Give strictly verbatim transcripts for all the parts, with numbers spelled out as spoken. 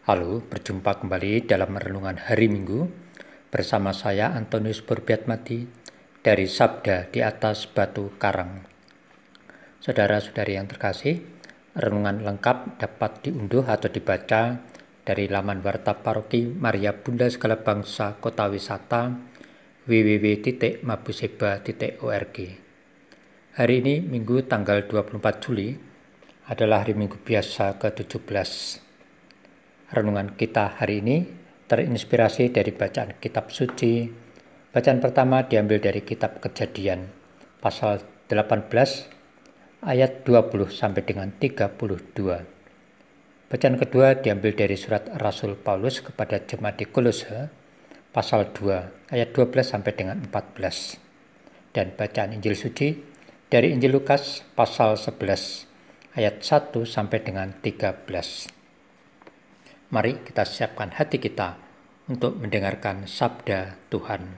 Halo, berjumpa kembali dalam Renungan Hari Minggu bersama saya Antonius Burbiatmadi dari Sabda di Atas Batu Karang. Saudara-saudari yang terkasih, renungan lengkap dapat diunduh atau dibaca dari laman Warta Paroki Maria Bunda Segala Bangsa Kota Wisata w w w titik mabuseba titik org. Hari ini Minggu tanggal dua puluh empat Juli adalah hari Minggu biasa ke tujuh belas. Renungan kita hari ini terinspirasi dari bacaan kitab suci. Bacaan pertama diambil dari kitab Kejadian pasal delapan belas ayat dua puluh sampai dengan tiga puluh dua. Bacaan kedua diambil dari surat Rasul Paulus kepada jemaat di Kolose pasal dua ayat dua belas sampai dengan empat belas. Dan bacaan Injil suci dari Injil Lukas pasal sebelas ayat satu sampai dengan tiga belas. Mari kita siapkan hati kita untuk mendengarkan sabda Tuhan.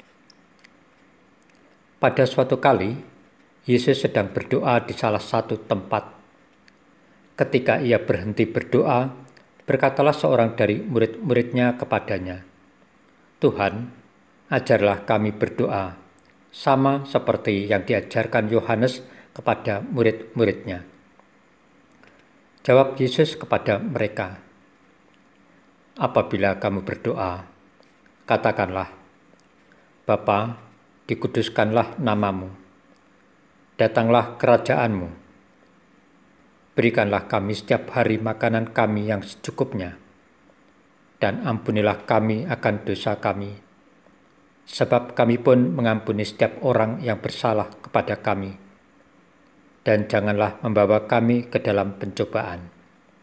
Pada suatu kali, Yesus sedang berdoa di salah satu tempat. Ketika ia berhenti berdoa, berkatalah seorang dari murid-muridnya kepadanya, "Tuhan, ajarlah kami berdoa, sama seperti yang diajarkan Yohanes kepada murid-muridnya." Jawab Yesus kepada mereka, "Apabila kamu berdoa, katakanlah, Bapa, dikuduskanlah namamu, datanglah kerajaanmu, berikanlah kami setiap hari makanan kami yang secukupnya, dan ampunilah kami akan dosa kami, sebab kami pun mengampuni setiap orang yang bersalah kepada kami, dan janganlah membawa kami ke dalam pencobaan."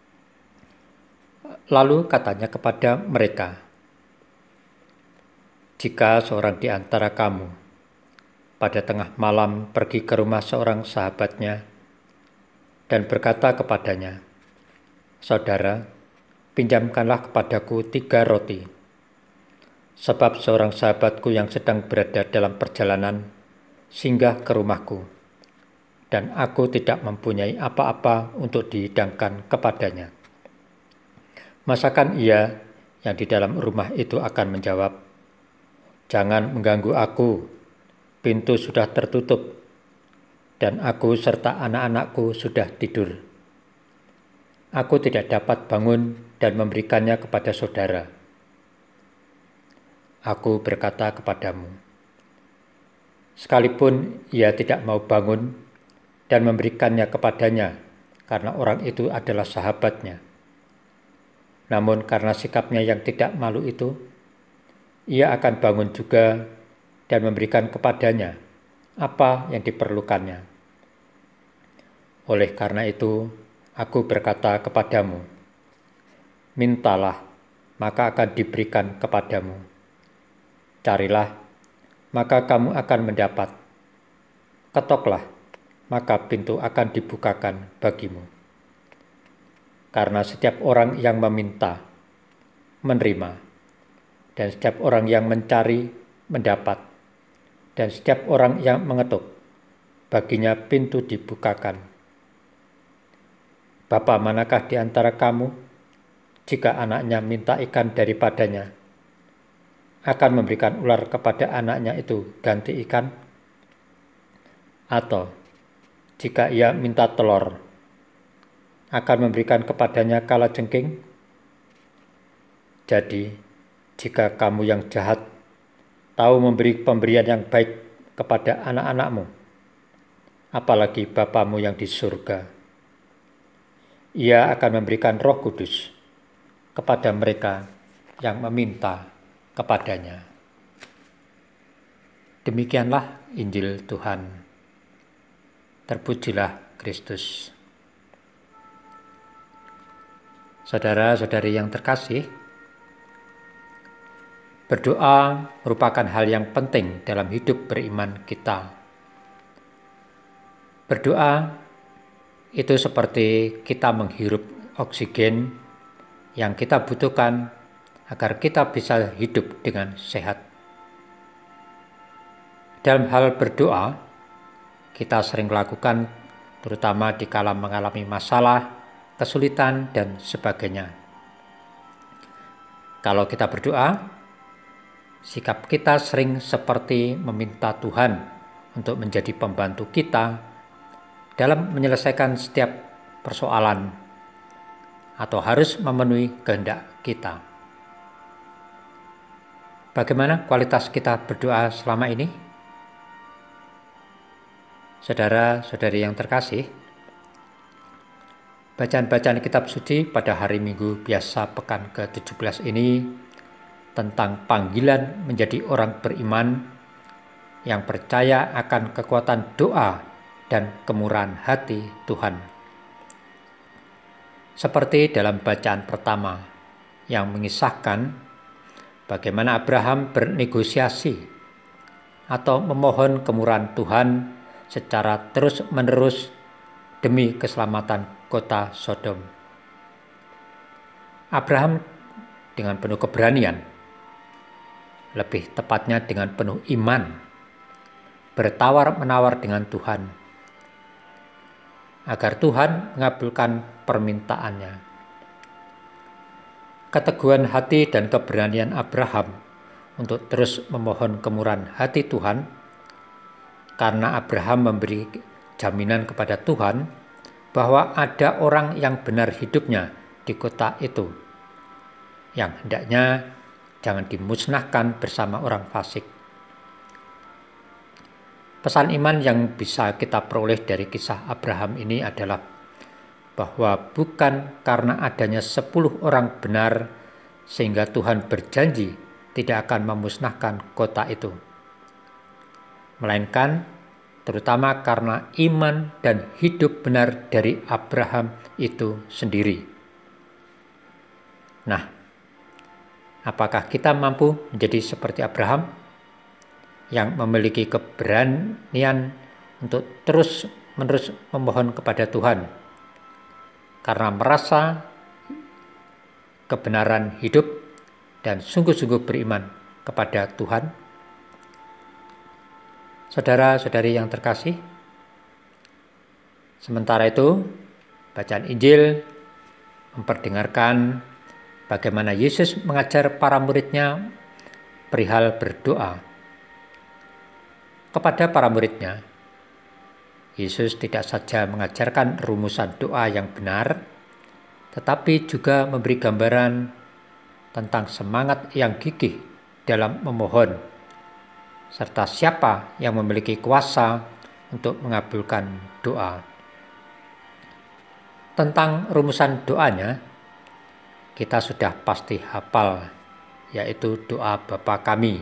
Lalu katanya kepada mereka, "Jika seorang di antara kamu pada tengah malam pergi ke rumah seorang sahabatnya dan berkata kepadanya, 'Saudara, pinjamkanlah kepadaku tiga roti, sebab seorang sahabatku yang sedang berada dalam perjalanan singgah ke rumahku, dan aku tidak mempunyai apa-apa untuk dihidangkan kepadanya.' Masakan ia yang di dalam rumah itu akan menjawab, 'Jangan mengganggu aku, pintu sudah tertutup, dan aku serta anak-anakku sudah tidur. Aku tidak dapat bangun dan memberikannya kepada saudara.' Aku berkata kepadamu, sekalipun ia tidak mau bangun dan memberikannya kepadanya karena orang itu adalah sahabatnya, namun karena sikapnya yang tidak malu itu, ia akan bangun juga dan memberikan kepadanya apa yang diperlukannya. Oleh karena itu, aku berkata kepadamu, mintalah, maka akan diberikan kepadamu. Carilah, maka kamu akan mendapat. Ketoklah, maka pintu akan dibukakan bagimu. Karena setiap orang yang meminta, menerima, dan setiap orang yang mencari, mendapat, dan setiap orang yang mengetuk, baginya pintu dibukakan. Bapa manakah di antara kamu, jika anaknya minta ikan daripadanya, akan memberikan ular kepada anaknya itu ganti ikan? Atau jika ia minta telur, akan memberikan kepadanya kalajengking? Jadi, jika kamu yang jahat tahu memberi pemberian yang baik kepada anak-anakmu, apalagi Bapamu yang di surga, Ia akan memberikan Roh Kudus kepada mereka yang meminta kepadanya." Demikianlah Injil Tuhan. Terpujilah Kristus. Saudara-saudari yang terkasih, berdoa merupakan hal yang penting dalam hidup beriman kita. Berdoa itu seperti kita menghirup oksigen yang kita butuhkan agar kita bisa hidup dengan sehat. Dalam hal berdoa, kita sering lakukan terutama dikala mengalami masalah, kesulitan, dan sebagainya. Kalau kita berdoa, sikap kita sering seperti meminta Tuhan untuk menjadi pembantu kita dalam menyelesaikan setiap persoalan atau harus memenuhi kehendak kita. Bagaimana kualitas kita berdoa selama ini? Saudara-saudari yang terkasih, bacaan-bacaan kitab suci pada hari Minggu biasa pekan ke tujuh belas ini tentang panggilan menjadi orang beriman yang percaya akan kekuatan doa dan kemurahan hati Tuhan. Seperti dalam bacaan pertama yang mengisahkan bagaimana Abraham bernegosiasi atau memohon kemurahan Tuhan secara terus-menerus demi keselamatan kota Sodom. Abraham dengan penuh keberanian, lebih tepatnya dengan penuh iman, bertawar-menawar dengan Tuhan, agar Tuhan mengabulkan permintaannya. Keteguhan hati dan keberanian Abraham untuk terus memohon kemurahan hati Tuhan, karena Abraham memberi jaminan kepada Tuhan bahwa ada orang yang benar hidupnya di kota itu, yang hendaknya jangan dimusnahkan bersama orang fasik. Pesan iman yang bisa kita peroleh dari kisah Abraham ini adalah bahwa bukan karena adanya sepuluh orang benar sehingga Tuhan berjanji tidak akan memusnahkan kota itu, melainkan terutama karena iman dan hidup benar dari Abraham itu sendiri. Nah, apakah kita mampu menjadi seperti Abraham yang memiliki keberanian untuk terus-menerus memohon kepada Tuhan karena merasa kebenaran hidup dan sungguh-sungguh beriman kepada Tuhan? Saudara-saudari yang terkasih, sementara itu bacaan Injil memperdengarkan bagaimana Yesus mengajar para muridnya perihal berdoa. Kepada para muridnya, Yesus tidak saja mengajarkan rumusan doa yang benar, tetapi juga memberi gambaran tentang semangat yang gigih dalam memohon, serta siapa yang memiliki kuasa untuk mengabulkan doa. Tentang rumusan doanya, kita sudah pasti hafal, yaitu doa Bapa Kami.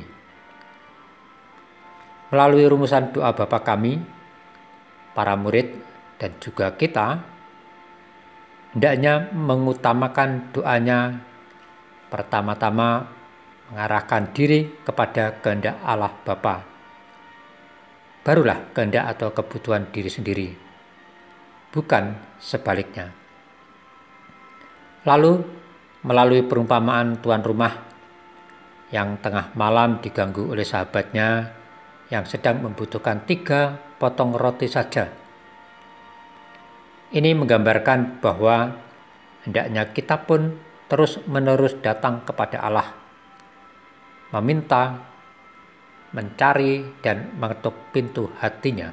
Melalui rumusan doa Bapa Kami, para murid dan juga kita hendaknya mengutamakan doanya pertama-tama mengarahkan diri kepada kehendak Allah Bapa, barulah kehendak atau kebutuhan diri sendiri, bukan sebaliknya. Lalu melalui perumpamaan tuan rumah yang tengah malam diganggu oleh sahabatnya yang sedang membutuhkan tiga potong roti saja. Ini menggambarkan bahwa hendaknya kita pun terus-menerus datang kepada Allah, meminta, mencari, dan mengetuk pintu hatinya.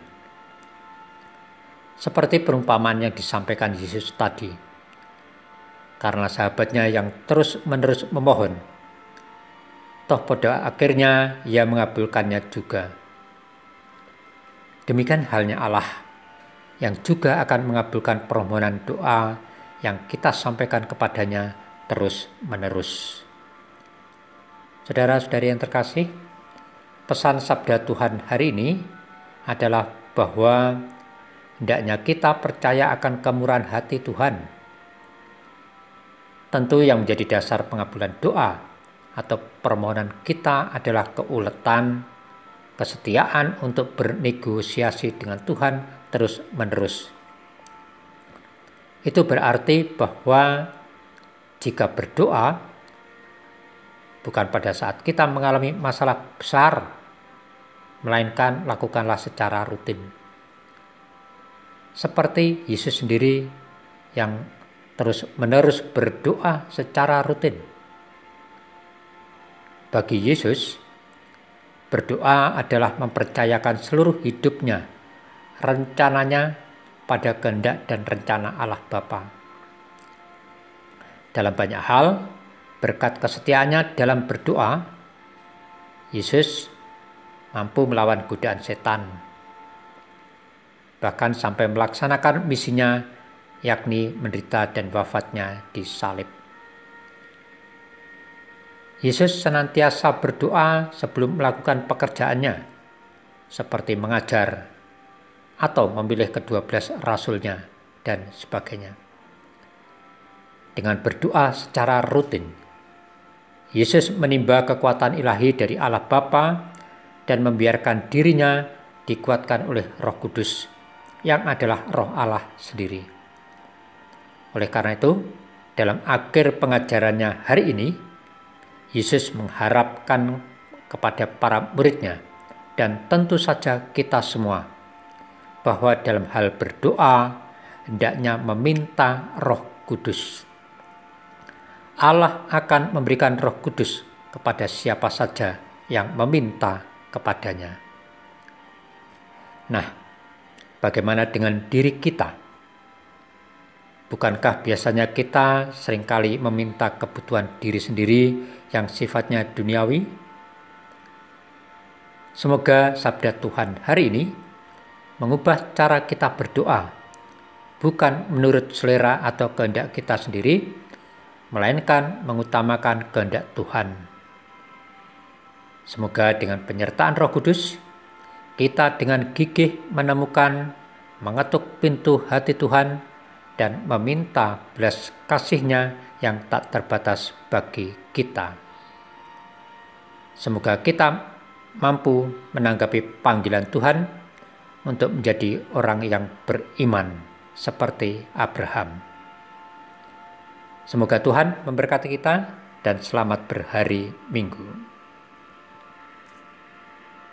Seperti perumpamaan yang disampaikan Yesus tadi, karena sahabatnya yang terus-menerus memohon, toh pada akhirnya ia mengabulkannya juga. Demikian halnya Allah yang juga akan mengabulkan permohonan doa yang kita sampaikan kepadanya terus-menerus. Saudara-saudari yang terkasih, pesan sabda Tuhan hari ini adalah bahwa hendaknya kita percaya akan kemurahan hati Tuhan. Tentu yang menjadi dasar pengabulan doa atau permohonan kita adalah keuletan, kesetiaan untuk bernegosiasi dengan Tuhan terus-menerus. Itu berarti bahwa jika berdoa, bukan pada saat kita mengalami masalah besar, melainkan lakukanlah secara rutin. Seperti Yesus sendiri yang terus-menerus berdoa secara rutin. Bagi Yesus, berdoa adalah mempercayakan seluruh hidupnya, rencananya pada kehendak dan rencana Allah Bapa. Dalam banyak hal, berkat kesetiaannya dalam berdoa, Yesus mampu melawan godaan setan, bahkan sampai melaksanakan misinya, yakni menderita dan wafatnya di salib. Yesus senantiasa berdoa sebelum melakukan pekerjaannya, seperti mengajar atau memilih kedua belas rasulnya dan sebagainya. Dengan berdoa secara rutin, Yesus menimba kekuatan ilahi dari Allah Bapa dan membiarkan dirinya dikuatkan oleh Roh Kudus yang adalah Roh Allah sendiri. Oleh karena itu, dalam akhir pengajarannya hari ini, Yesus mengharapkan kepada para muridnya dan tentu saja kita semua bahwa dalam hal berdoa hendaknya meminta Roh Kudus. Allah akan memberikan Roh Kudus kepada siapa saja yang meminta kepadanya. Nah, bagaimana dengan diri kita? Bukankah biasanya kita seringkali meminta kebutuhan diri sendiri yang sifatnya duniawi? Semoga sabda Tuhan hari ini mengubah cara kita berdoa, bukan menurut selera atau kehendak kita sendiri, melainkan mengutamakan kehendak Tuhan. Semoga dengan penyertaan Roh Kudus, kita dengan gigih menemukan, mengetuk pintu hati Tuhan, dan meminta belas kasih-Nya yang tak terbatas bagi kita. Semoga kita mampu menanggapi panggilan Tuhan untuk menjadi orang yang beriman seperti Abraham. Semoga Tuhan memberkati kita dan selamat berhari Minggu.